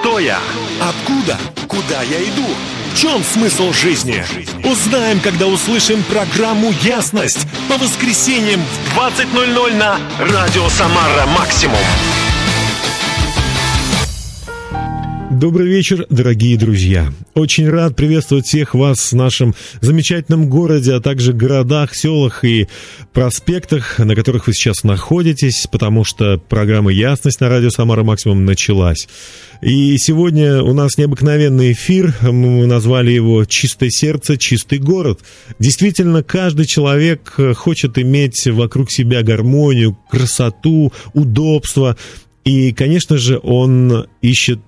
Кто я? Откуда? Куда я иду? В чем смысл жизни? Узнаем, когда услышим программу «Ясность» по воскресеньям в 20:00 на Радио Самара Максимум. Добрый вечер, дорогие друзья. Очень рад приветствовать всех вас в нашем замечательном городе, а также городах, селах и проспектах, на которых вы сейчас находитесь, потому что программа «Ясность» на радио «Самара Максимум» началась. И сегодня у нас необыкновенный эфир, мы назвали его «Чистое сердце, чистый город». Действительно, каждый человек хочет иметь вокруг себя гармонию, красоту, удобство. И, конечно же, он ищет,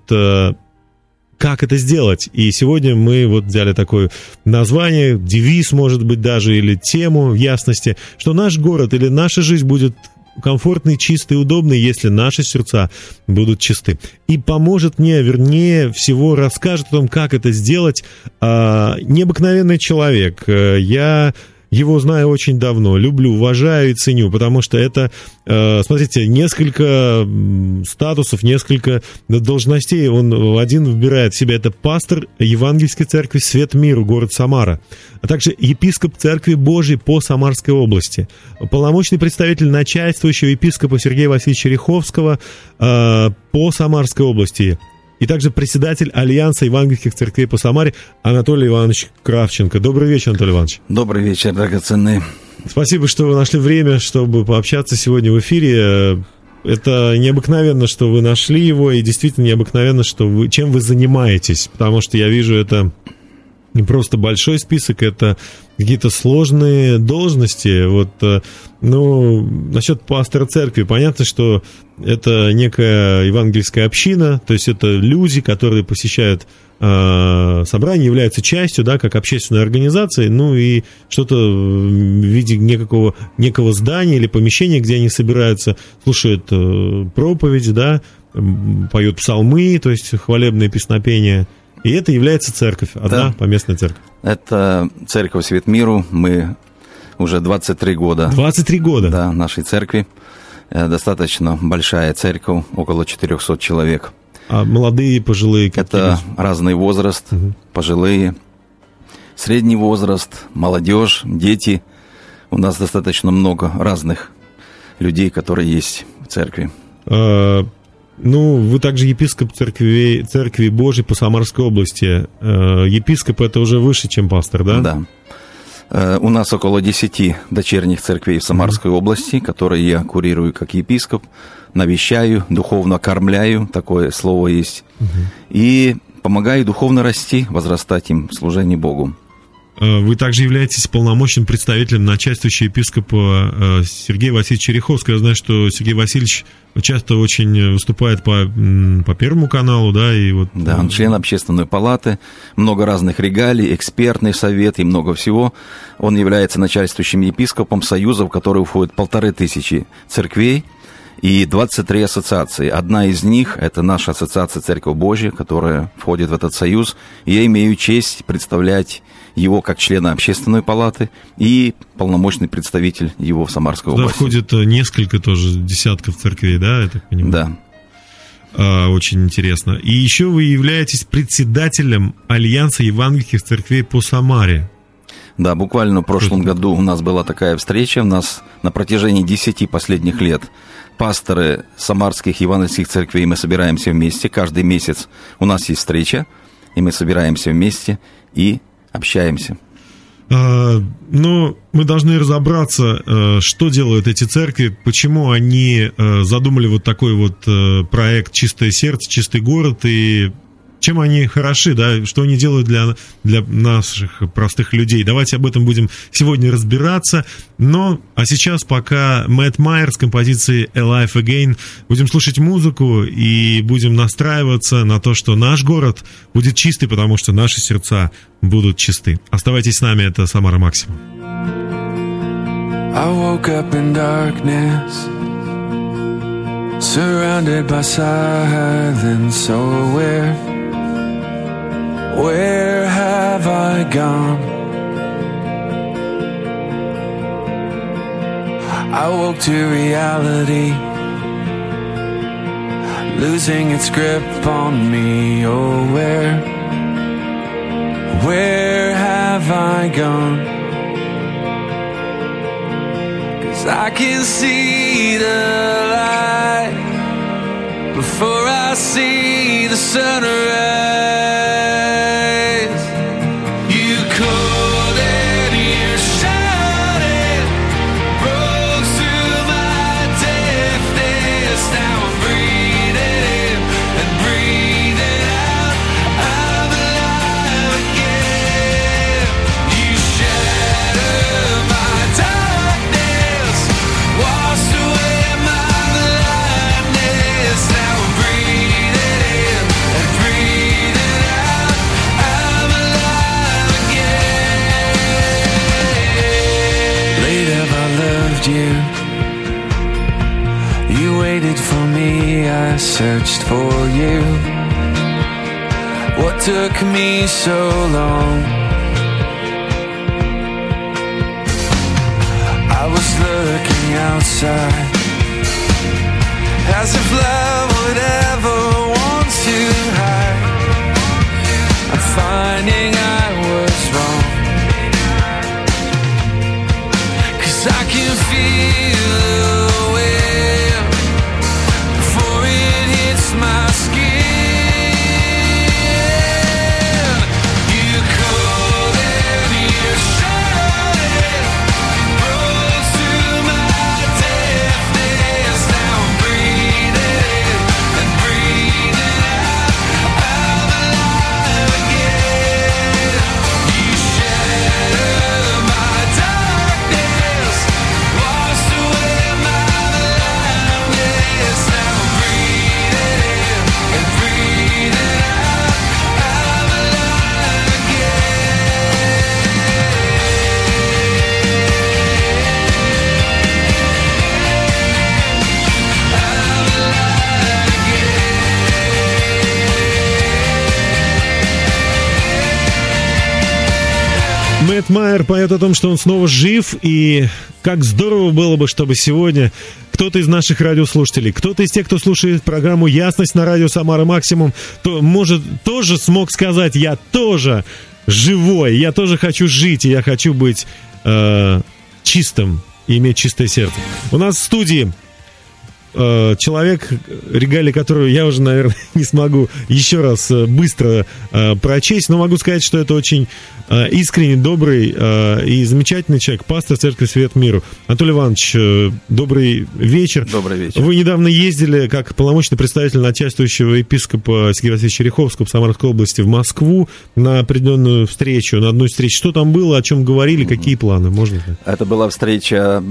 как это сделать. И сегодня мы вот взяли такое название, девиз, может быть, даже, или тему ясности, что наш город или наша жизнь будет комфортной, чистой, удобной, если наши сердца будут чисты. И поможет мне, вернее всего, расскажет о том, как это сделать, необыкновенный человек. Я его знаю очень давно, люблю, уважаю и ценю, потому что это, смотрите, несколько статусов, несколько должностей он один выбирает в себя. Это пастор Евангельской церкви «Свет миру», город Самара, а также епископ Церкви Божией по Самарской области, полномочный представитель начальствующего епископа Сергея Васильевича Риховского по Самарской области, и также председатель Альянса евангельских церквей по Самаре Анатолий Иванович Кравченко. Добрый вечер, Анатолий Иванович. Добрый вечер, драгоценный. Спасибо, что вы нашли время, чтобы пообщаться сегодня в эфире. Это необыкновенно, что вы нашли его, и действительно необыкновенно, что чем вы занимаетесь, потому что я вижу, это не просто большой список, это какие-то сложные должности. Вот, ну, насчет пастора церкви, понятно, что это некая евангельская община, то есть это люди, которые посещают собрания, являются частью, да, как общественной организации, ну и что-то в виде некого здания или помещения, где они собираются, слушают проповеди, да, поют псалмы, то есть хвалебные песнопения. И это является церковь, одна поместная церковь. Это церковь «Свет миру». Мы уже 23 года. 23 года? Да, нашей церкви. Достаточно большая церковь, около 400 человек. А молодые, пожилые? Это разный возраст, пожилые, средний возраст, молодежь, дети. У нас достаточно много разных людей, которые есть в церкви. Ну, вы также епископ Церкви Божией по Самарской области. Епископ – это уже выше, чем пастор, да? Да. У нас около 10 дочерних церквей в Самарской области, которые я курирую как епископ, навещаю, духовно кормляю, такое слово есть, и помогаю духовно расти, возрастать им в служении Богу. Вы также являетесь полномочным представителем начальствующего епископа Сергея Васильевича Риховского. Я знаю, что Сергей Васильевич часто очень выступает по Первому каналу, да, и вот... Да, он член общественной палаты, много разных регалий, экспертный совет и много всего. Он является начальствующим епископом союза, в который входит 1500 церквей и 23 ассоциации. Одна из них – это наша ассоциация «Церковь Божия», которая входит в этот союз. И я имею честь представлять его как члена общественной палаты и полномочный представитель его в Самарской области. Туда входит несколько тоже десятков церквей, да, я так понимаю? Да. Очень интересно. И еще вы являетесь председателем Альянса евангельских церквей по Самаре. Да, буквально в прошлом году у нас была такая встреча. У нас на протяжении 10 последних лет пасторы самарских евангельских церквей, мы собираемся вместе. Каждый месяц у нас есть встреча, и мы собираемся вместе и общаемся. Ну, мы должны разобраться, что делают эти церкви, почему они задумали вот такой вот проект «Чистое сердце, чистый город», и чем они хороши, да, что они делают для наших простых людей. Давайте об этом будем сегодня разбираться. А сейчас пока Мэтт Майер с композицией «Alive Again». Будем слушать музыку и будем настраиваться на то, что наш город будет чистый, потому что наши сердца будут чисты. Оставайтесь с нами, это Самара Максимум. I woke up in darkness, surrounded by silence, so where have I gone? I woke to reality, losing its grip on me. Oh, where have I gone? 'Cause I can see the light before I see the sunrise. You called and you shouted, broke through my deafness. Now I'm breathing in and breathing out. I'm alive again. You shattered my darkness, washed away my blindness. Now I'm breathing in and breathing out. I'm alive again. Late have I loved you. You waited for me, I searched for you. What took me so long? I was looking outside, as if love would ever want to hide. I'm finding I was wrong, 'cause I can feel the wind before it hits my skin. You called and you shouted, broke through my deafness. Now I'm breathing in and breathing out. I'm alive again. You shattered my darkness, washed away my blindness. Now I'm breathing in and breathing out. I'm alive Мэтт Майер поет о том, что он снова жив, и как здорово было бы, чтобы сегодня кто-то из наших радиослушателей, кто-то из тех, кто слушает программу «Ясность» на радио «Самара Максимум», то, может, тоже смог сказать: я тоже живой, я тоже хочу жить, и я хочу быть чистым и иметь чистое сердце. У нас в студии человек, регалии которого я уже, наверное, не смогу еще раз быстро прочесть, но могу сказать, что это очень искренний, добрый и замечательный человек, пастор Церкви Свет Миру. Анатолий Иванович, добрый вечер. Добрый вечер. Вы недавно ездили как полномочный представитель начальствующего епископа Сергея Васильевича Ряховского в Самарской области в Москву на определенную встречу, на одну из встреч. Что там было, о чем говорили, какие планы? Можно знать? Это была встреча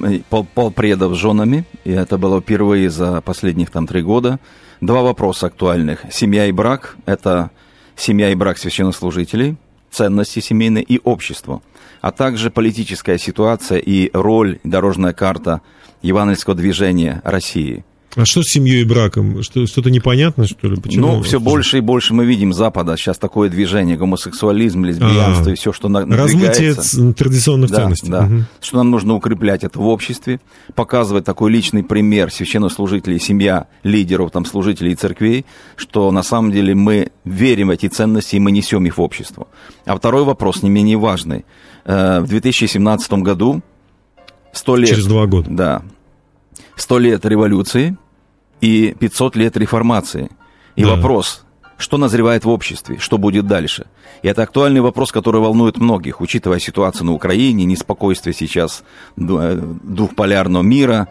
полпредов с женами, и это было впервые за последних 3 года. 2 вопроса актуальных. Семья и брак – это семья и брак священнослужителей, ценности семейные и общество, а также политическая ситуация и роль, дорожная карта евангельского движения России. А что с семьей и браком? Что-то непонятно, что ли? Почему? Ну, все больше и больше мы видим с Запада сейчас такое движение, гомосексуализм, лесбиянство и все, что надвигается. Размытие традиционных ценностей. Да, что нам нужно укреплять это в обществе, показывать такой личный пример священнослужителей, семья лидеров, служителей церквей, что на самом деле мы верим в эти ценности и мы несем их в общество. А второй вопрос, не менее важный. В 2017 году 100 лет... Через 2 года. Да. 100 лет революции и 500 лет реформации. И вопрос, что назревает в обществе, что будет дальше? И это актуальный вопрос, который волнует многих, учитывая ситуацию на Украине, неспокойствие сейчас двухполярного мира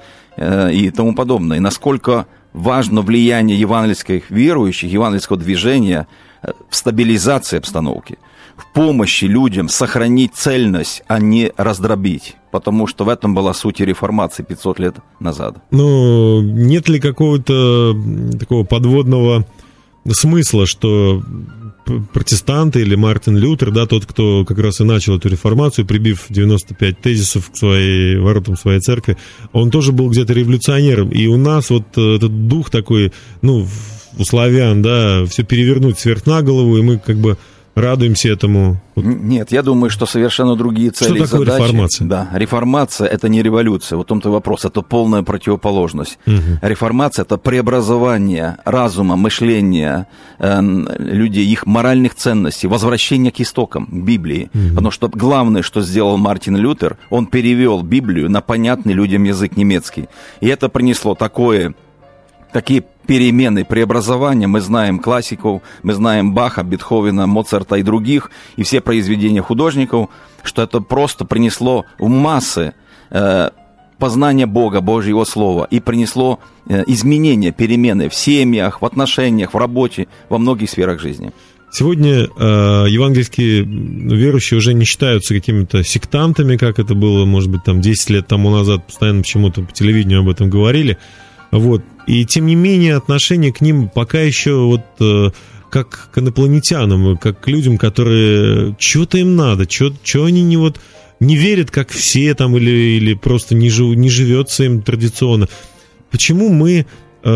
и тому подобное. И насколько важно влияние евангельских верующих, евангельского движения в стабилизации обстановки, в помощи людям сохранить цельность, а не раздробить. Потому что в этом была суть реформации 500 лет назад. Ну, нет ли какого-то такого подводного смысла, что протестанты или Мартин Лютер, да, тот, кто как раз и начал эту реформацию, прибив 95 тезисов к воротам своей церкви, он тоже был где-то революционером. И у нас вот этот дух такой, у славян, да, все перевернуть сверх на голову, и мы как бы радуемся этому? Нет, я думаю, что совершенно другие цели и задачи. Что такое реформация? Да, реформация – это не революция, вот в том-то вопрос, это полная противоположность. Реформация – это преобразование разума, мышления людей, их моральных ценностей, возвращение к истокам, к Библии. Потому что главное, что сделал Мартин Лютер, он перевел Библию на понятный людям язык немецкий. И это принесло такие перемены, преобразования. Мы знаем классиков, мы знаем Баха, Бетховена, Моцарта и других, и все произведения художников, что это просто принесло в массы познание Бога, Божьего Слова, и принесло изменения, перемены в семьях, в отношениях, в работе, во многих сферах жизни. Сегодня евангельские верующие уже не считаются какими-то сектантами, как это было, может быть, там 10 лет тому назад, постоянно почему-то по телевидению об этом говорили. Вот. И тем не менее отношение к ним пока еще как к инопланетянам, как к людям, которые что-то им надо, что они не верят, как все там, или просто не живется им традиционно. Почему мы...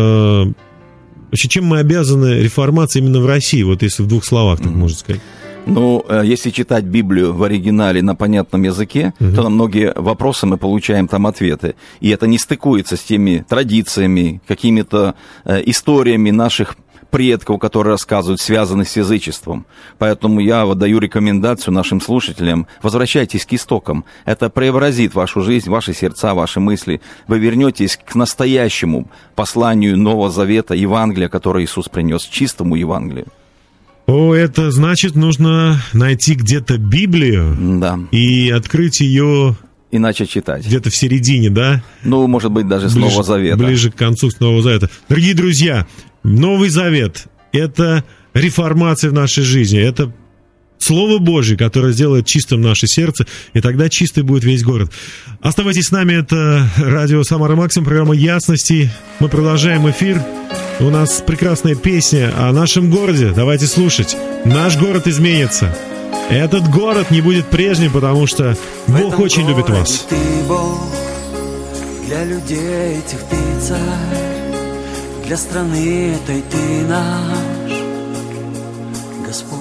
Вообще, чем мы обязаны реформации именно в России, вот если в двух словах, так можно сказать? Ну, если читать Библию в оригинале на понятном языке, то на многие вопросы мы получаем там ответы. И это не стыкуется с теми традициями, какими-то историями наших предков, которые рассказывают, связанных с язычеством. Поэтому я даю рекомендацию нашим слушателям: возвращайтесь к истокам. Это преобразит вашу жизнь, ваши сердца, ваши мысли. Вы вернетесь к настоящему посланию Нового Завета, Евангелия, которое Иисус принес, чистому Евангелию. Это значит, нужно найти где-то Библию, да, и открыть ее... И начать читать. Где-то в середине, да? Ну, может быть, даже с Нового Завета. Ближе к концу с Нового Завета. Дорогие друзья, Новый Завет – это реформация в нашей жизни, это Слово Божье, которое сделает чистым наше сердце, и тогда чистый будет весь город. Оставайтесь с нами, это радио «Самара Максимум», программа «Ясности». Мы продолжаем эфир. У нас прекрасная песня о нашем городе. Давайте слушать. Наш город изменится. Этот город не будет прежним, потому что Бог очень любит вас. Ты Бог, для людей этих ты царь, для страны этой ты наш Господь.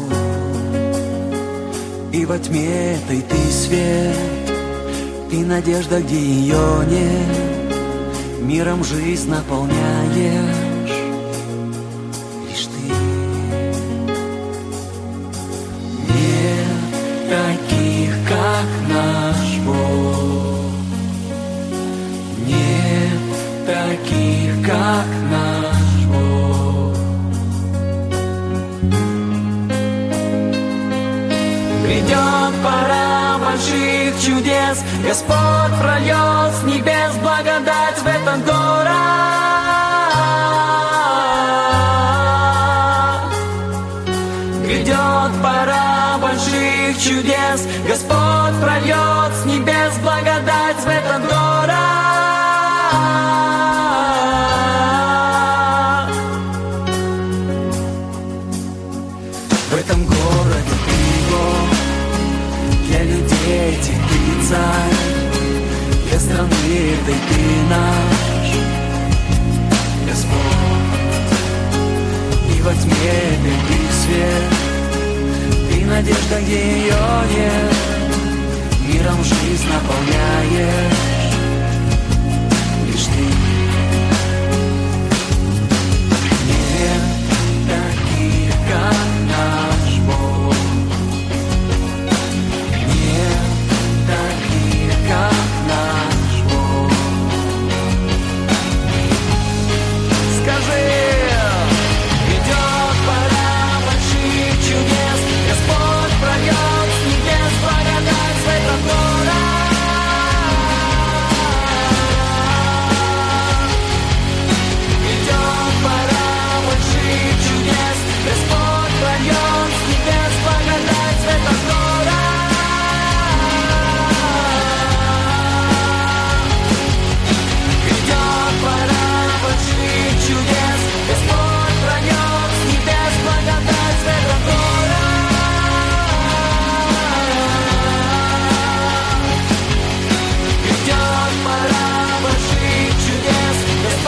И во тьме этой ты свет, ты надежда, где ее нет, миром жизнь наполняешь. Таких, как наш Бог, нет таких, как наш Бог. Грядет пора больших чудес, Господь прольет с небес благодать в этот город. Грядет пора больших чудес, Господь прольет с небес благодать в этот город. В этом городе ты Бог, для людей этих ты царь, для страны этой ты наш Господь. И во тьме этой ты свет, надежда, где ее нет, миром жизнь наполняешь лишь ты. Нет таких, как наш Бог, нет таких, как наш Бог. Скажи, идет пора больших чудес, Господь прольет с небес благодать в этот город. Идет пора больших чудес, Господь прольет с небес благодать в этот город. Идет пора больших чудес, Господь прольет с небес благодать в этот город.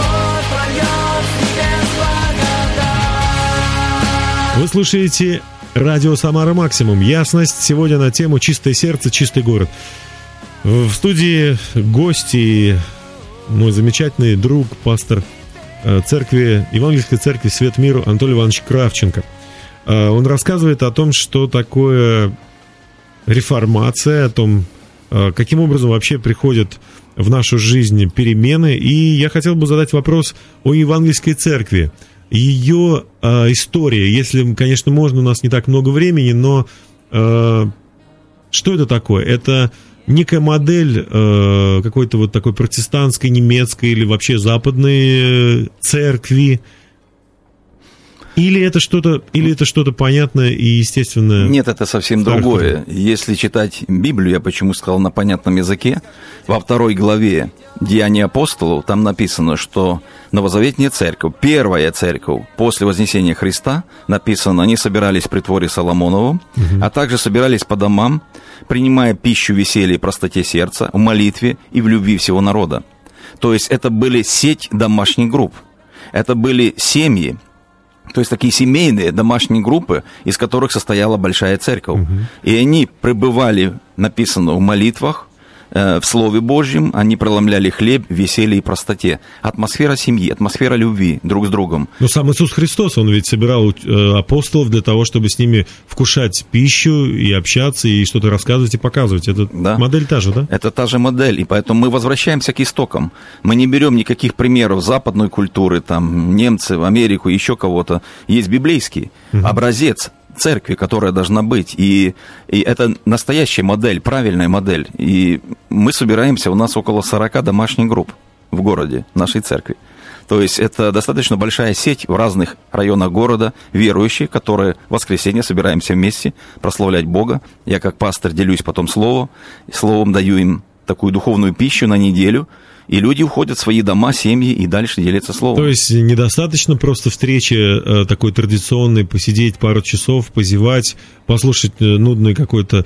Вы слушаете Радио «Самара Максимум». Ясность сегодня на тему «Чистое сердце, чистый город». В студии гости, мой замечательный друг, пастор церкви, Евангельской церкви «Свет миру» Анатолий Иванович Кравченко. Он рассказывает о том, что такое реформация, о том, каким образом вообще приходят в нашу жизнь перемены. И я хотел бы задать вопрос о Евангельской церкви. Ее история, если, конечно, можно, у нас не так много времени, но что это такое? Это некая модель какой-то вот такой протестантской, немецкой или вообще западной церкви? Или это что-то понятное и естественное? Нет, это совсем другое. Если читать Библию, я почему сказал на понятном языке, во 2 главе Деяний апостолов там написано, что новозаветная церковь, первая церковь после вознесения Христа, написано, они собирались при дворе Соломоновом, а также собирались по домам, принимая пищу, веселье и простоте сердца, в молитве и в любви всего народа. То есть это были сеть домашних групп, это были семьи, то есть такие семейные домашние группы, из которых состояла большая церковь. И они пребывали, написано, в молитвах, в Слове Божьем, они преломляли хлеб в веселье и простоте. Атмосфера семьи, атмосфера любви друг с другом. Но сам Иисус Христос, Он ведь собирал апостолов для того, чтобы с ними вкушать пищу и общаться, и что-то рассказывать и показывать. Это модель та же, да? Это та же модель, и поэтому мы возвращаемся к истокам. Мы не берем никаких примеров западной культуры, там, немцев, Америку, еще кого-то. Есть библейский образец церкви, которая должна быть. И это настоящая модель, правильная модель. И мы собираемся, у нас около 40 домашних групп в городе, нашей церкви. То есть это достаточно большая сеть в разных районах города, верующие, которые в воскресенье собираемся вместе прославлять Бога. Я как пастор делюсь потом словом даю им такую духовную пищу на неделю, и люди уходят в свои дома, семьи и дальше делятся словом. То есть недостаточно просто встречи такой традиционной, посидеть пару часов, позевать, послушать нудный какой-то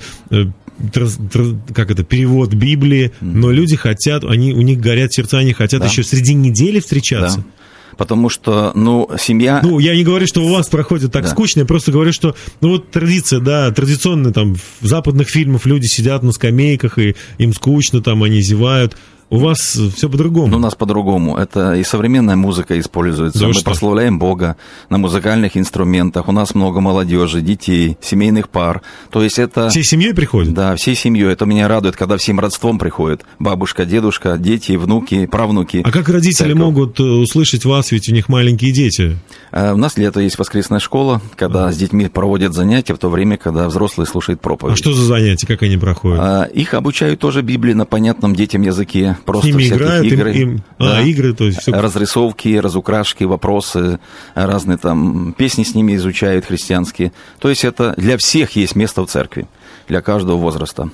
перевод Библии, но люди хотят, у них горят сердца, они хотят еще среди недели встречаться. Да. Потому что, семья... я не говорю, что у вас проходит так скучно, я просто говорю, что, традиция, традиционная, там, в западных фильмах люди сидят на скамейках, и им скучно, там, они зевают. У вас все по-другому. У нас по-другому. Это и современная музыка используется. Мы прославляем Бога на музыкальных инструментах. У нас много молодежи, детей, семейных пар. То есть это... Всей семьей приходят? Да, всей семьей. Это меня радует, когда всем родством приходят. Бабушка, дедушка, дети, внуки, правнуки. А как родители могут услышать вас, ведь у них маленькие дети? У нас лето есть воскресная школа, когда с детьми проводят занятия, в то время, когда взрослые слушают проповедь. А что за занятия, как они проходят? Их обучают тоже Библии на понятном детям языке. Просто с ними играют, игры. Игры, то есть все. Разрисовки, разукрашки, вопросы, разные там песни с ними изучают христианские. То есть это для всех есть место в церкви, для каждого возраста.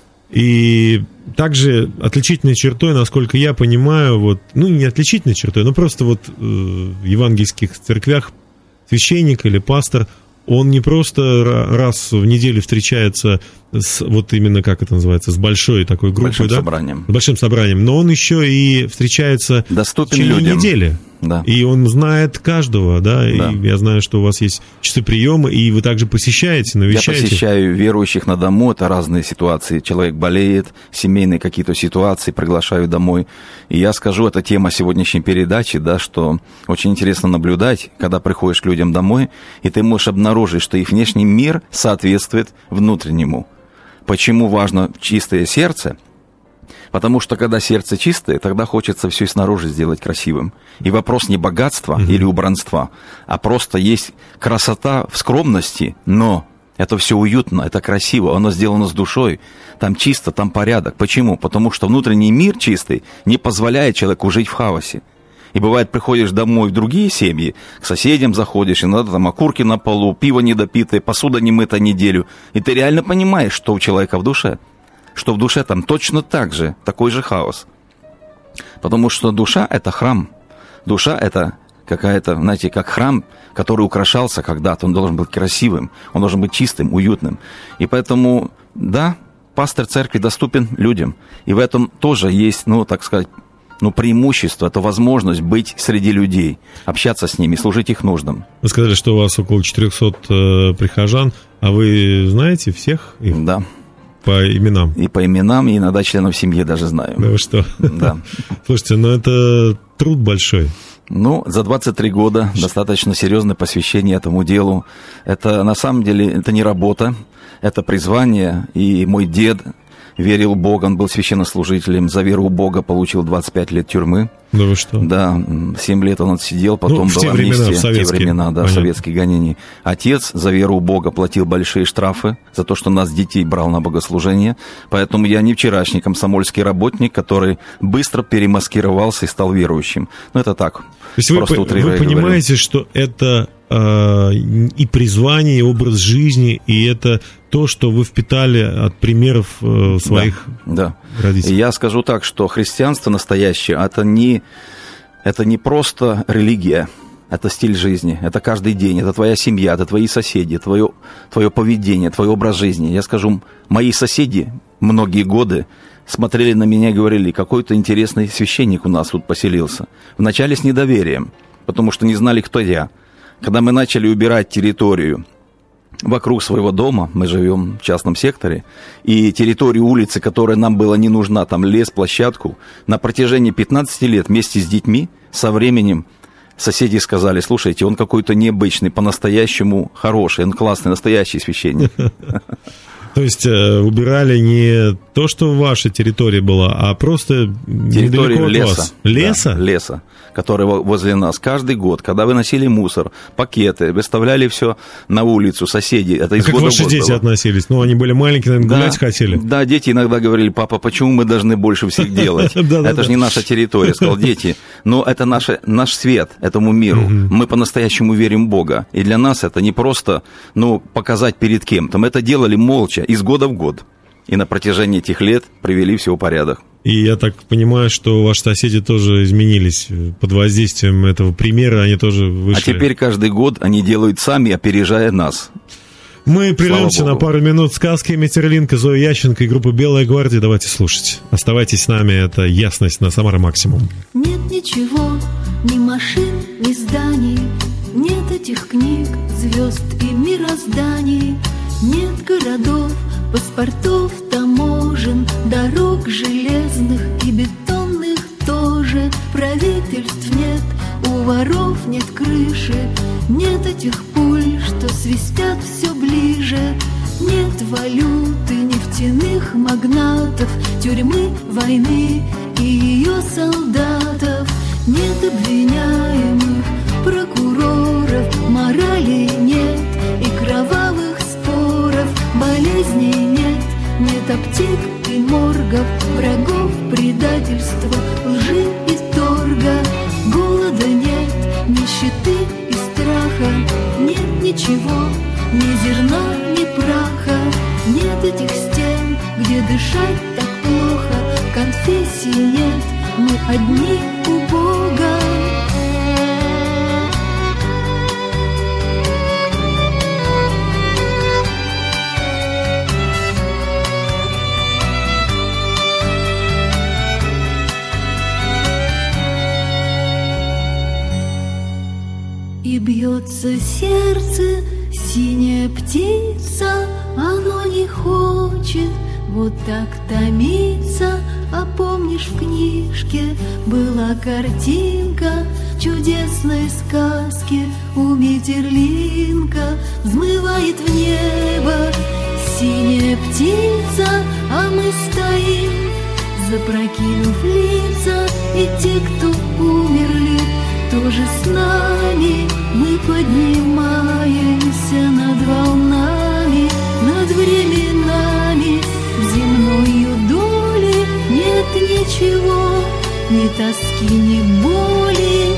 И также отличительной чертой, насколько я понимаю, не отличительной чертой, но просто в евангельских церквях священник или пастор, он не просто раз в неделю встречается с, именно, как это называется, с большой такой группой, большим собранием, но он еще и встречается доступен в течение людям. Недели. Да. И он знает каждого, и я знаю, что у вас есть часы приема, и вы также посещаете, навещаете. Я посещаю верующих на дому, это разные ситуации. Человек болеет, семейные какие-то ситуации, приглашаю домой. И я скажу, это тема сегодняшней передачи, что очень интересно наблюдать, когда приходишь к людям домой, и ты можешь обнаружить, что их внешний мир соответствует внутреннему. Почему важно чистое сердце? Потому что, когда сердце чистое, тогда хочется все и снаружи сделать красивым. И вопрос не богатства или убранства, а просто есть красота в скромности, но это все уютно, это красиво, оно сделано с душой, там чисто, там порядок. Почему? Потому что внутренний мир чистый не позволяет человеку жить в хаосе. И бывает, приходишь домой в другие семьи, к соседям заходишь, иногда там окурки на полу, пиво недопитое, посуда не мыта неделю, и ты реально понимаешь, что у человека в душе. Что в душе там точно так же, такой же хаос. Потому что душа – это храм. Душа – это какая-то, знаете, как храм, который украшался когда-то. Он должен быть красивым, он должен быть чистым, уютным. И поэтому, пастор церкви доступен людям. И в этом тоже есть, так сказать, преимущество, это возможность быть среди людей, общаться с ними, служить их нуждам. Вы сказали, что у вас около 400 прихожан, а вы знаете всех их? Да. По именам? И по именам, и иногда членов семьи даже знаю. Да вы что? Да. Слушайте, это труд большой. За 23 года достаточно серьезное посвящение этому делу. Это, на самом деле, это не работа, это призвание. И мой дед верил в Бога, он был священнослужителем, за веру в Бога получил 25 лет тюрьмы. Да вы что? Да, 7 лет он отсидел, потом была амнистия. В те времена, да, советские гонения. Отец за веру в Бога платил большие штрафы за то, что нас, детей, брал на богослужение. Поэтому я не вчерашний комсомольский работник, который быстро перемаскировался и стал верующим. Это так. То есть вы понимаете, что это и призвание, и образ жизни, и это то, что вы впитали от примеров своих родителей. И я скажу так, что христианство настоящее, это не просто религия, это стиль жизни, это каждый день, это твоя семья, это твои соседи, твое поведение, твой образ жизни. Я скажу, мои соседи многие годы смотрели на меня и говорили, какой-то интересный священник у нас тут поселился. Вначале с недоверием, потому что не знали, кто я. Когда мы начали убирать территорию вокруг своего дома, мы живем в частном секторе, и территорию улицы, которая нам была не нужна, там лес, площадку, на протяжении 15 лет вместе с детьми, со временем соседи сказали, слушайте, он какой-то необычный, по-настоящему хороший, он классный, настоящий священник. То есть убирали не то, что ваша территория была, а просто территорию леса. Леса? Да, леса, который возле нас. Каждый год, когда выносили мусор, пакеты, выставляли все на улицу, соседи. Это из года в год. Как ваши дети относились? Они были маленькие, наверное, гулять хотели. Да, дети иногда говорили, папа, почему мы должны больше всех делать? Это же не наша территория. Сказал, дети, но это наш свет этому миру. Мы по-настоящему верим в Бога. И для нас это не просто показать перед кем-то. Мы это делали молча, из года в год. И на протяжении этих лет привели все в порядок. И я так понимаю, что ваши соседи тоже изменились под воздействием этого примера, они тоже вышли. А теперь каждый год они делают сами, опережая нас. Мы прервемся на пару минут. Сказки Метерлинка, Зоя Ященко и группа «Белая гвардия». Давайте слушать. Оставайтесь с нами, это «Ясность» на Самара Максимум. Нет ничего, ни машин, ни зданий, нет этих книг, звезд и мирозданий, нет городов, паспортов, таможен, дорог железных и бетонных тоже. Правительств нет, у воров нет крыши, нет этих пуль, что свистят все ближе. Нет валюты, нефтяных магнатов, тюрьмы, войны и ее солдатов. Нет обвиняемых, прокуроров, морали нет и кровавых споров. Болезней нет, нет аптек и моргов, врагов, предательства, лжи и торга. Голода нет, нищеты и страха, нет ничего, ни зерна, ни праха. Нет этих стен, где дышать так плохо, конфессий нет, мы одни у Бога. И бьется сердце, синяя птица, оно не хочет вот так томиться. А помнишь, в книжке была картинка чудесной сказки у Метерлинка. Взмывает в небо синяя птица, а мы стоим, запрокинув лица. И те, кто умерли, тоже с нами. Мы поднимаемся над волнами, над временами. Земною доли нет ничего, ни тоски, ни боли.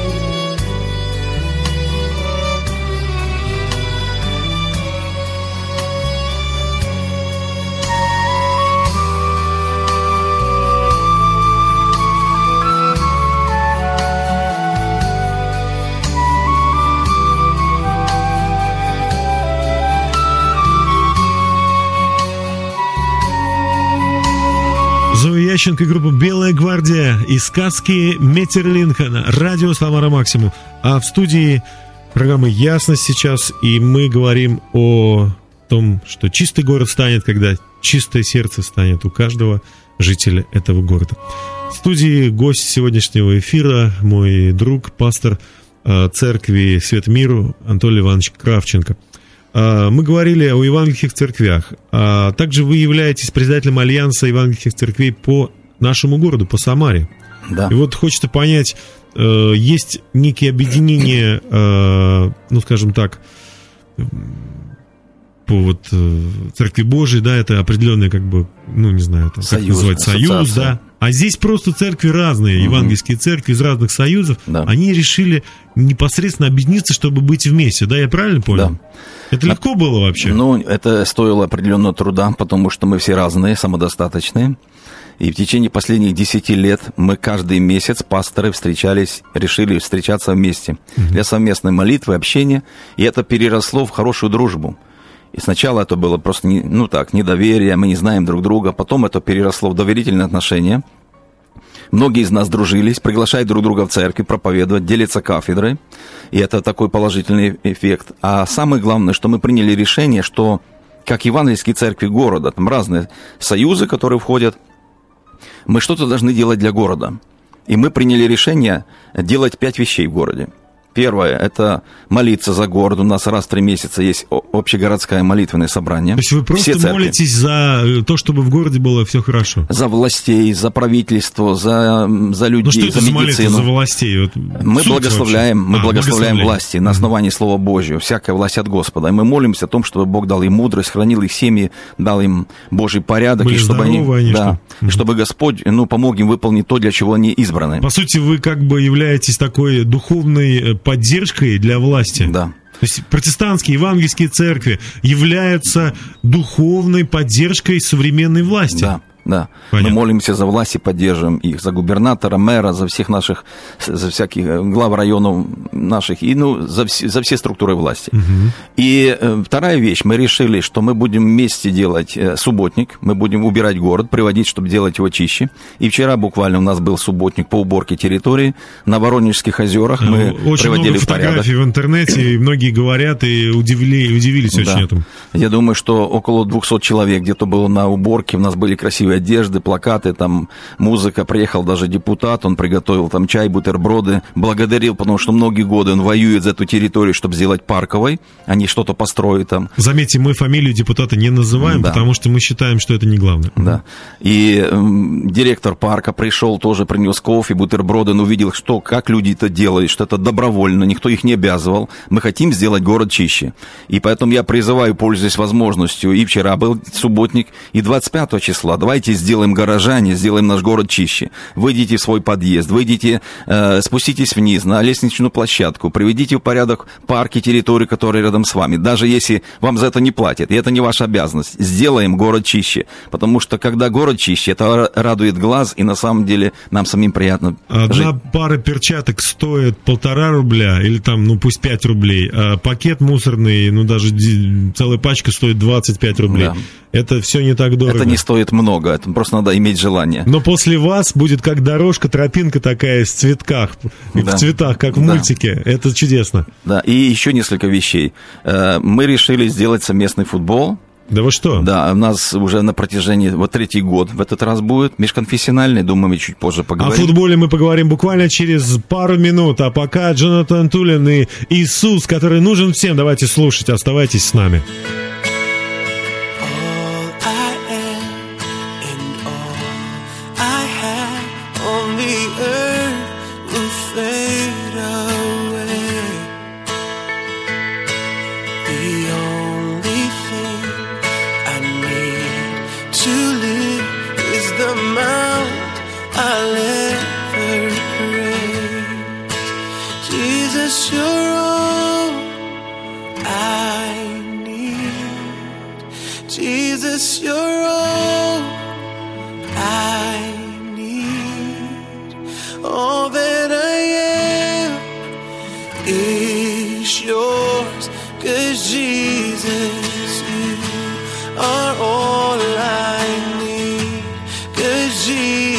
Ященко и группа «Белая гвардия» и сказки Метерлинка, радио Самара Максимум. А в студии программы «Ясность» сейчас, и мы говорим о том, что чистый город станет, когда чистое сердце станет у каждого жителя этого города. В студии гость сегодняшнего эфира, мой друг, пастор церкви «Свет миру» Анатолий Иванович Кравченко. Мы говорили о евангельских церквях. Также вы являетесь председателем Альянса евангельских церквей по нашему городу, по Самаре. Да. И вот хочется понять, есть некие объединения, ну, скажем так, по вот Церкви Божией, да, это определенный, как бы, ну, не знаю, там, как называть, союз, да. А здесь просто церкви разные, евангельские церкви из разных союзов, да. Они решили непосредственно объединиться, чтобы быть вместе, да, я правильно понял? Да. Это легко было вообще? Ну, это стоило определенного труда, потому что мы все разные, самодостаточные. И в течение последних 10 лет мы каждый месяц, пасторы, решили встречаться вместе для совместной молитвы, общения, и это переросло в хорошую дружбу. И сначала это было просто, недоверие, мы не знаем друг друга, потом это переросло в доверительные отношения. Многие из нас дружились, приглашают друг друга в церковь, проповедовать, делятся кафедрой, и это такой положительный эффект. А самое главное, что мы приняли решение, что как евангельские церкви города, там разные союзы, которые входят, мы что-то должны делать для города. И мы приняли решение делать 5 вещей в городе. Первое – это молиться за город. У нас раз в 3 месяца есть общегородское молитвенное собрание. То есть вы просто молитесь за то, чтобы в городе было все хорошо? За властей, за правительство, за людей, ну, что это за медицину. За властей? Вот мы благословляем власти на основании Слова Божьего. Всякая власть от Господа. И мы молимся о том, чтобы Бог дал им мудрость, хранил их семьи, дал им Божий порядок. Были и чтобы они, чтобы Господь помог им выполнить то, для чего они избраны. По сути, вы как бы являетесь такой духовной поддержкой для власти. Да. То есть протестантские, евангельские церкви являются духовной поддержкой современной власти. Да. Да, понятно. Мы молимся за власть и поддерживаем их, за губернатора, мэра, за всех наших, за всяких глав районов наших, и за все структуры власти. И вторая вещь, мы решили, что мы будем вместе делать субботник, мы будем убирать город, приводить, чтобы делать его чище. И вчера буквально у нас был субботник по уборке территории на Воронежских озерах, мы очень приводили много фотографий в в интернете, и многие говорят и удивились очень этому. Я думаю, что около 200 человек где-то было на уборке, у нас были красивые одежды, плакаты, там музыка, приехал даже депутат, он приготовил там чай, бутерброды, благодарил, потому что многие годы он воюет за эту территорию, чтобы сделать парковой, а не что-то построить там. Заметьте, мы фамилию депутата не называем, да. Потому что мы считаем, что это не главное. Да. И директор парка пришел, тоже принес кофе, бутерброды, он увидел, как люди это делают, что это добровольно, никто их не обязывал. Мы хотим сделать город чище. И поэтому я призываю, пользуясь возможностью, и вчера был субботник, и 25 числа, давайте сделаем горожане, сделаем наш город чище. Выйдите в свой подъезд, спуститесь вниз на лестничную площадку, приведите в порядок парки, территории, которые рядом с вами, даже если вам за это не платят, и это не ваша обязанность. Сделаем город чище, потому что когда город чище, это радует глаз, и на самом деле нам самим приятно жить. Одна пара перчаток стоит 1,5 рубля, или там, пусть 5 рублей, а пакет мусорный, даже целая пачка стоит 25 рублей. Да. Это все не так дорого. Это не стоит много, это просто надо иметь желание. Но после вас будет как дорожка, тропинка такая в цветах, как в мультике. Это чудесно. Да, и еще несколько вещей. Мы решили сделать совместный футбол. Да вы что? Да, у нас уже на протяжении, 3-й год в этот раз будет, межконфессиональный, думаю, мы чуть позже поговорим. О футболе мы поговорим буквально через пару минут, а пока Джонатан Тулин и Иисус, который нужен всем, давайте слушать, оставайтесь с нами. Jesus, you're all I need. All that I am is yours, 'cause Jesus, you are all I need. 'Cause Jesus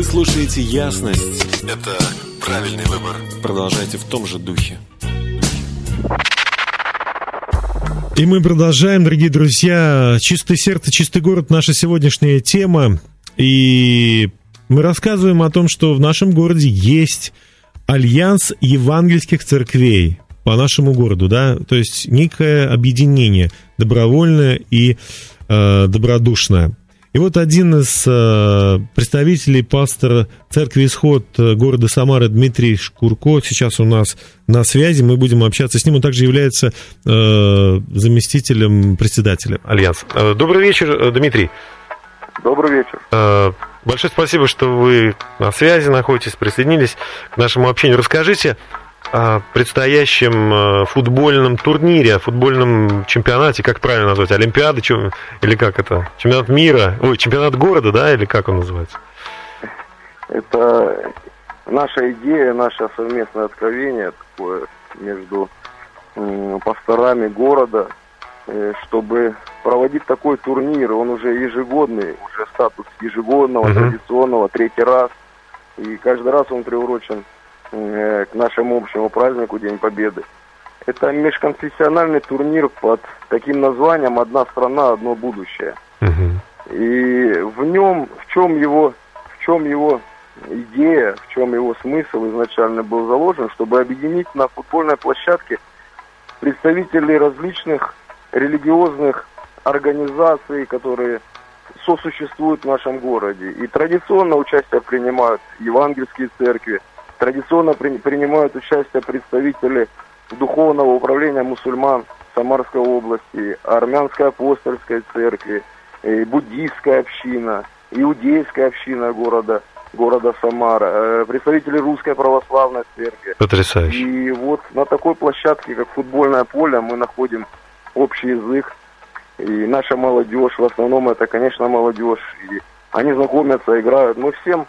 слушаете «Ясность». Это правильный выбор. Продолжайте в том же духе. И мы продолжаем, дорогие друзья. «Чистое сердце, чистый город» — наша сегодняшняя тема. И мы рассказываем о том, что в нашем городе есть альянс евангельских церквей по нашему городу, да, то есть некое объединение добровольное и добродушное. И вот один из представителей, пастора церкви «Исход» города Самары Дмитрий Шкурко сейчас у нас на связи, мы будем общаться с ним, он также является заместителем председателя альянса. Добрый вечер, Дмитрий. Добрый вечер. Большое спасибо, что вы на связи находитесь, присоединились к нашему общению. Расскажите о предстоящем футбольном турнире, о футбольном чемпионате, как правильно назвать, Олимпиада, или как это, чемпионат мира, чемпионат города, да, или как он называется? Это наша идея, наше совместное откровение такое между пасторами города, чтобы проводить такой турнир. Он уже ежегодный, уже статус ежегодного, традиционного, третий раз. И каждый раз он приурочен к нашему общему празднику День Победы. Это межконфессиональный турнир под таким названием «Одна страна, одно будущее». И в нем, в чем его идея, в чем его смысл изначально был заложен, чтобы объединить на футбольной площадке представителей различных религиозных организаций, которые сосуществуют в нашем городе. И традиционно участие принимают евангельские церкви, традиционно принимают участие представители духовного управления мусульман Самарской области, армянской апостольской церкви, буддийская община, иудейская община города Самара, представители русской православной церкви. Потрясающе. И вот на такой площадке, как футбольное поле, мы находим общий язык. И наша молодежь, в основном это, конечно, молодежь. И они знакомятся, играют. Мы всем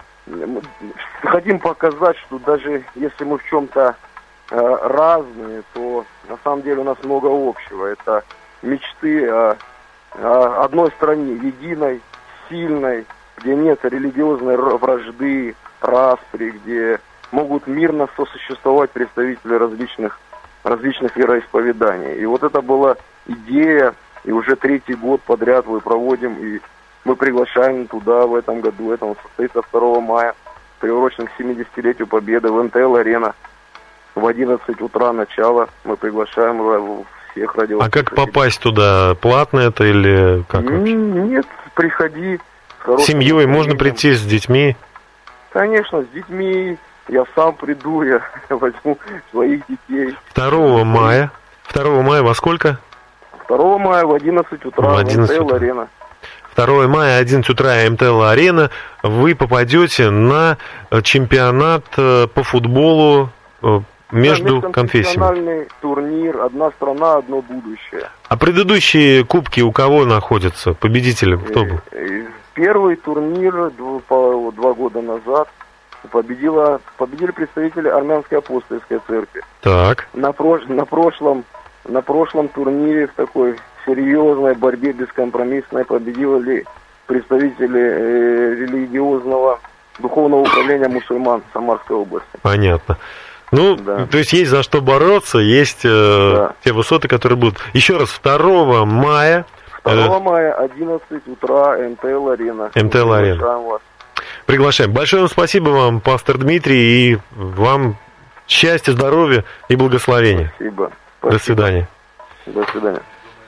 хотим показать, что даже если мы в чем-то разные, то на самом деле у нас много общего. Это мечты о одной стране, единой, сильной, где нет религиозной вражды, распри, где могут мирно сосуществовать представители различных вероисповеданий. И вот это была идея, и уже третий год подряд мы проводим, и мы приглашаем туда в этом году, это состоится 2 мая, приурочен к 70-летию Победы в МТЛ-арена. В 11 утра начало, мы приглашаем всех радиослушателей. А как попасть туда? Платно это или как вообще? Нет, приходи. С семьей можно прийти, с детьми? Конечно, с детьми. Я сам приду, я возьму своих детей. 2 мая во сколько? 2 мая в 11 утра в МТЛ-арена. 2 мая, 11 утра, МТЛ-арена. Вы попадете на чемпионат по футболу между конфессиями. Межконфессиональный турнир «Одна страна, одно будущее». А предыдущие кубки у кого находятся? Победителем кто был? Первый турнир 2 года назад победили представители армянской апостольской церкви. Так. На прошлом турнире в такой серьезной борьбе бескомпромиссной победили представители религиозного духовного управления мусульман Самарской области. Понятно. Ну, да. То есть за что бороться, есть те высоты, которые будут. Еще раз, 2 мая. 2 мая, 11 утра, МТЛ-арена. МТЛ-арена. Приглашаем. Большое спасибо вам, пастор Дмитрий, и вам счастья, здоровья и благословения. Спасибо. До свидания. До свидания.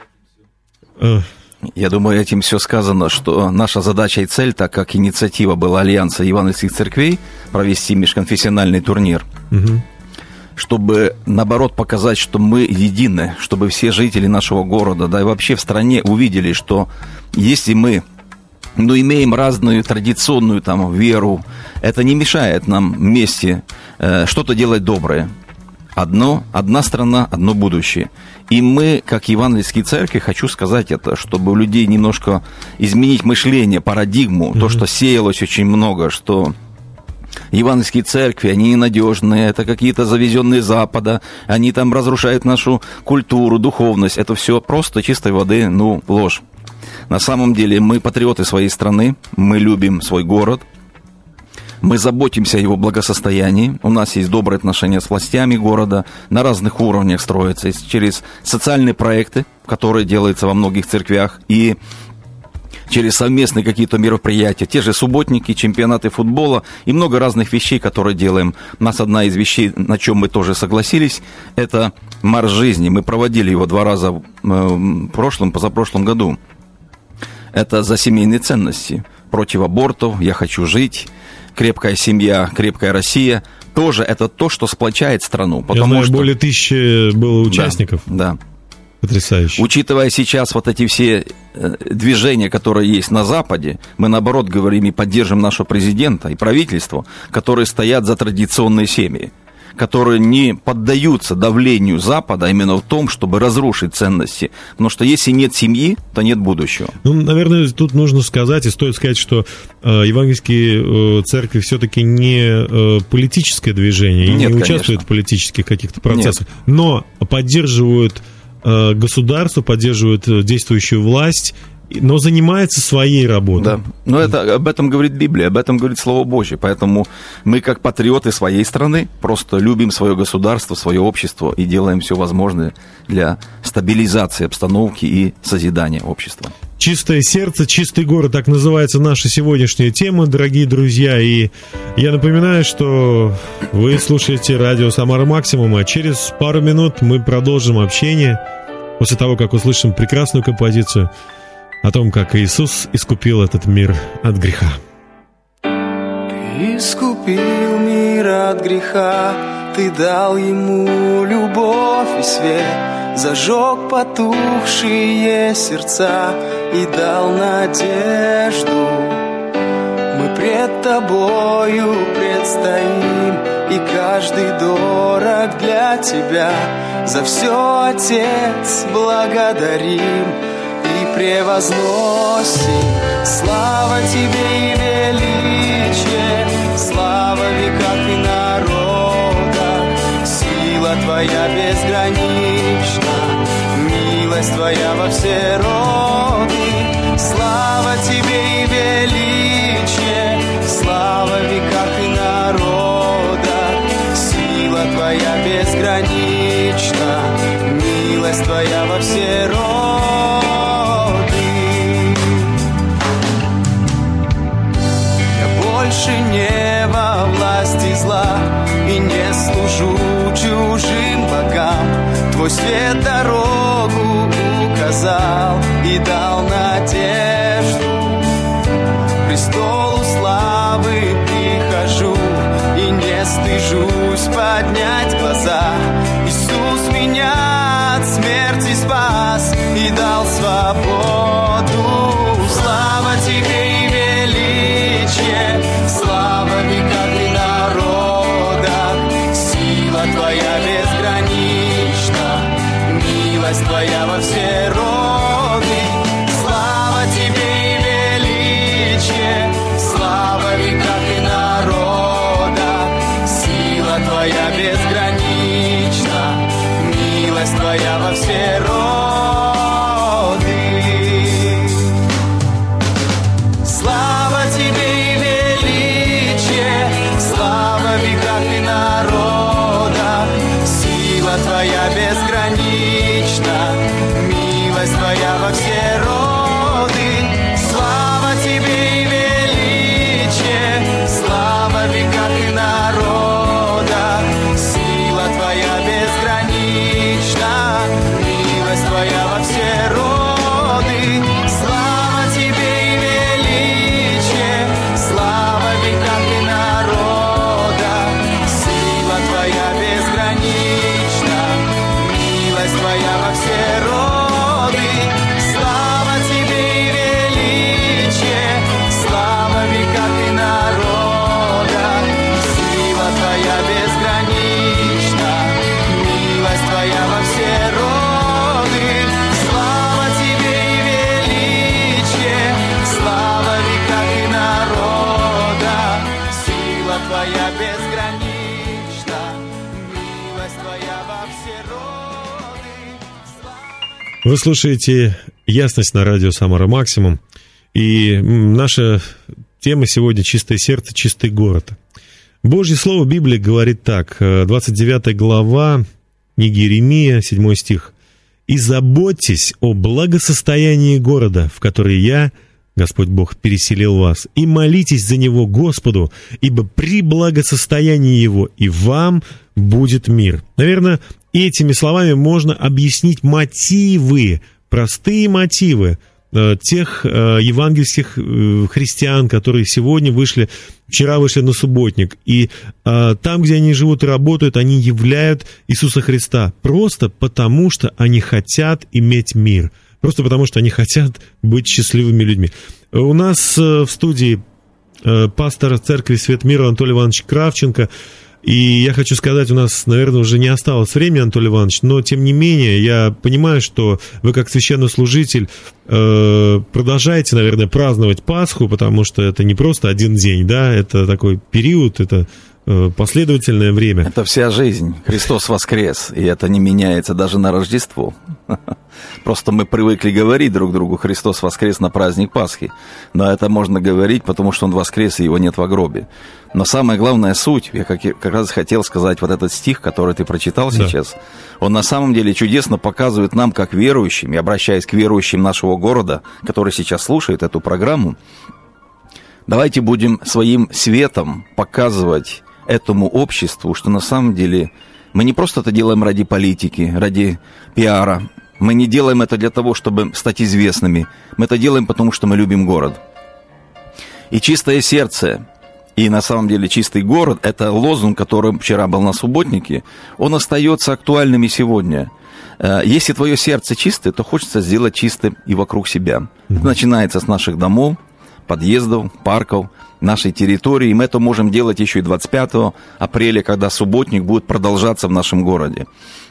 Я думаю, этим все сказано, что наша задача и цель, так как инициатива была Альянса евангельских церквей провести межконфессиональный турнир, чтобы, наоборот, показать, что мы едины, чтобы все жители нашего города, да и вообще в стране увидели, что если мы имеем разную традиционную веру, это не мешает нам вместе что-то делать доброе. Одна страна, одно будущее. И мы, как евангельские церкви, хочу сказать это, чтобы у людей немножко изменить мышление, парадигму, то, что сеялось очень много, что евангельские церкви, они ненадежные, это какие-то завезенные с Запада, они там разрушают нашу культуру, духовность. Это все просто чистой воды, ложь. На самом деле мы патриоты своей страны, мы любим свой город, Мы заботимся о его благосостоянии. У нас есть добрые отношения с властями города. На разных уровнях строятся. Через социальные проекты, которые делаются во многих церквях. И через совместные какие-то мероприятия. Те же субботники, чемпионаты футбола и много разных вещей, которые делаем. У нас одна из вещей, на чем мы тоже согласились, это марш жизни. Мы проводили его 2 раза в позапрошлом году. Это за семейные ценности. Против абортов, я хочу жить, крепкая семья, крепкая Россия. Тоже это то, что сплочает страну. Я знаю, что более 1000 было участников. Да. Потрясающе. Учитывая сейчас вот эти все движения, которые есть на Западе, мы, наоборот, говорим и поддержим нашего президента и правительство, которые стоят за традиционные семьи, которые не поддаются давлению Запада именно в том, чтобы разрушить ценности. Потому что если нет семьи, то нет будущего. Ну, наверное, тут нужно сказать, и стоит сказать, что евангельские церкви все-таки не политическое движение, и не участвуют в политических каких-то процессах, но поддерживают государство, поддерживают действующую власть, но занимается своей работой. Да, но об этом говорит Библия, об этом говорит Слово Божье. Поэтому мы, как патриоты своей страны, просто любим свое государство, свое общество и делаем все возможное для стабилизации обстановки и созидания общества. «Чистое сердце, чистый город» — так называется наша сегодняшняя тема, дорогие друзья. И я напоминаю, что вы слушаете радио «Самара Максимум», а через пару минут мы продолжим общение после того, как услышим прекрасную композицию о том, как Иисус искупил этот мир от греха. Ты искупил мир от греха, Ты дал ему любовь и свет, зажег потухшие сердца и дал надежду. Мы пред Тобою предстоим, и каждый дорог для Тебя. За все, Отец, благодарим и превозносим. Слава Тебе и величие, слава в веках и народах. Сила Твоя безгранична, милость Твоя во все роды. Слава Тебе и величие, слава в веках и народах. Сила Твоя безгранична, милость Твоя во все роды. Больше не во власти зла и не служу чужим богам. Твой свет дорогу указал и дал надежду. К престолу славы прихожу и не стыжусь поднять глаза. Иисус меня от смерти спас и дал свободу. Слава Тебе и величие, слава в веках и народах. Сила Твоя безгранична, милость Твоя во все роды. Слава Тебе и величие, слава в веках и народах. Сила Твоя безгранична, милость Твоя во все роды. Слава Тебе и величие, слава в веках и народах. Сила Твоя безгранична, милость Твоя во все роды. Слава Тебе и величие, слава в веках и народах. Сила Твоя безгранична, милость Твоя во все роды. Слава Тебе и величие, слава в веках и народах. Сила Твоя безгранична, милость Твоя во все роды. Слава Тебе и величие, слава в веках и народах. Сила Твоя безгранична, милость Твоя во все роды. Слава Тебе и величие, слава в веках и народах. Сила Твоя безгранична, милость Твоя во все роды. Вы слушаете «Ясность» на радио «Самара Максимум». И наша Тема сегодня «Чистое сердце, чистый город». Божье Слово Библии говорит так, 29 глава книги Иеремия, 7 стих. «И заботьтесь о благосостоянии города, в который я, Господь Бог, переселил вас, и молитесь за него Господу, ибо при благосостоянии его и вам будет мир». Наверное, этими словами можно объяснить мотивы, простые мотивы тех евангельских христиан, которые сегодня вчера вышли на субботник, и там, где они живут и работают, они являют Иисуса Христа просто потому, что они хотят иметь мир, просто потому, что они хотят быть счастливыми людьми. У нас в студии пастор церкви Свет Мира Анатолий Иванович Кравченко. И я хочу сказать, у нас, наверное, уже не осталось времени, Анатолий Иванович, но, тем не менее, я понимаю, что вы, как священнослужитель, продолжаете, наверное, праздновать Пасху, потому что это не просто один день, да, это такой период, это последовательное время. Это вся жизнь. Христос воскрес, и это не меняется даже на Рождество. Просто мы привыкли говорить друг другу: Христос воскрес на праздник Пасхи. Но это можно говорить, потому что Он воскрес, и Его нет в гробе. Но самая главная суть, я как раз хотел сказать, вот этот стих, который ты прочитал сейчас, он на самом деле чудесно показывает нам, как верующим, и обращаясь к верующим нашего города, который сейчас слушает эту программу, давайте будем своим светом показывать этому обществу, что на самом деле мы не просто это делаем ради политики, ради пиара, мы не делаем это для того, чтобы стать известными, мы это делаем, потому что мы любим город. И чистое сердце, и на самом деле чистый город, это лозунг, который вчера был на субботнике, он остается актуальным и сегодня. Если твое сердце чистое, то хочется сделать чистым и вокруг себя. Это начинается с наших домов, подъездов, парков, нашей территории. И мы это можем делать еще и 25 апреля, когда субботник будет продолжаться в нашем городе.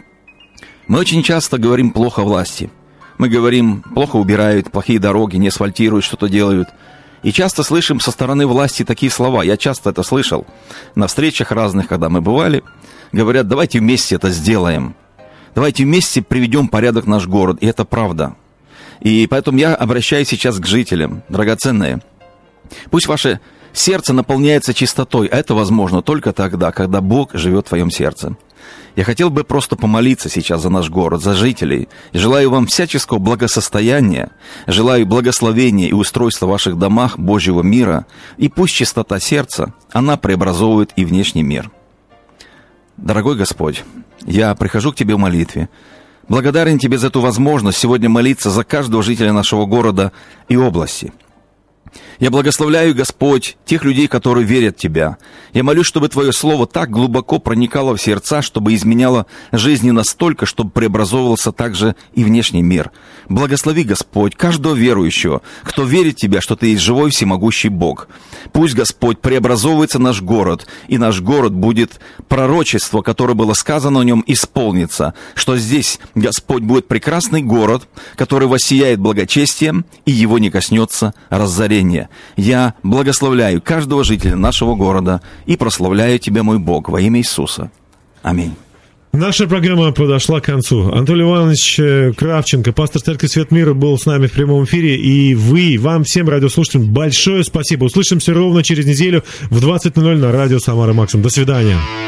Мы очень часто говорим плохо о власти. Мы говорим, плохо убирают, плохие дороги, не асфальтируют, что-то делают. И часто слышим со стороны власти такие слова. Я часто это слышал на встречах разных, когда мы бывали. Говорят, давайте вместе это сделаем. Давайте вместе приведем в порядок наш город. И это правда. И поэтому я обращаюсь сейчас к жителям, драгоценные. Пусть ваше сердце наполняется чистотой, а это возможно только тогда, когда Бог живет в твоем сердце. Я хотел бы просто помолиться сейчас за наш город, за жителей. Желаю вам всяческого благосостояния, желаю благословения и устройства в ваших домах, Божьего мира, и пусть чистота сердца, она преобразовывает и внешний мир. Дорогой Господь, я прихожу к Тебе в молитве. Благодарен Тебе за эту возможность сегодня молиться за каждого жителя нашего города и области. Я благословляю, Господь, тех людей, которые верят в Тебя. Я молюсь, чтобы Твое Слово так глубоко проникало в сердца, чтобы изменяло жизни настолько, чтобы преобразовывался также и внешний мир. Благослови, Господь, каждого верующего, кто верит в Тебя, что Ты есть живой, всемогущий Бог. Пусть, Господь, преобразовывается наш город, и наш город будет пророчество, которое было сказано о нем, исполнится, что здесь, Господь, будет прекрасный город, который воссияет благочестием, и его не коснется разорения. Я благословляю каждого жителя нашего города и прославляю Тебя, мой Бог, во имя Иисуса. Аминь. Наша программа подошла к концу. Анатолий Иванович Кравченко, пастор церкви Свет Мира, был с нами в прямом эфире. И вам всем радиослушателям, большое спасибо. Услышимся ровно через неделю в 20:00 на радио Самара Максимум. До свидания.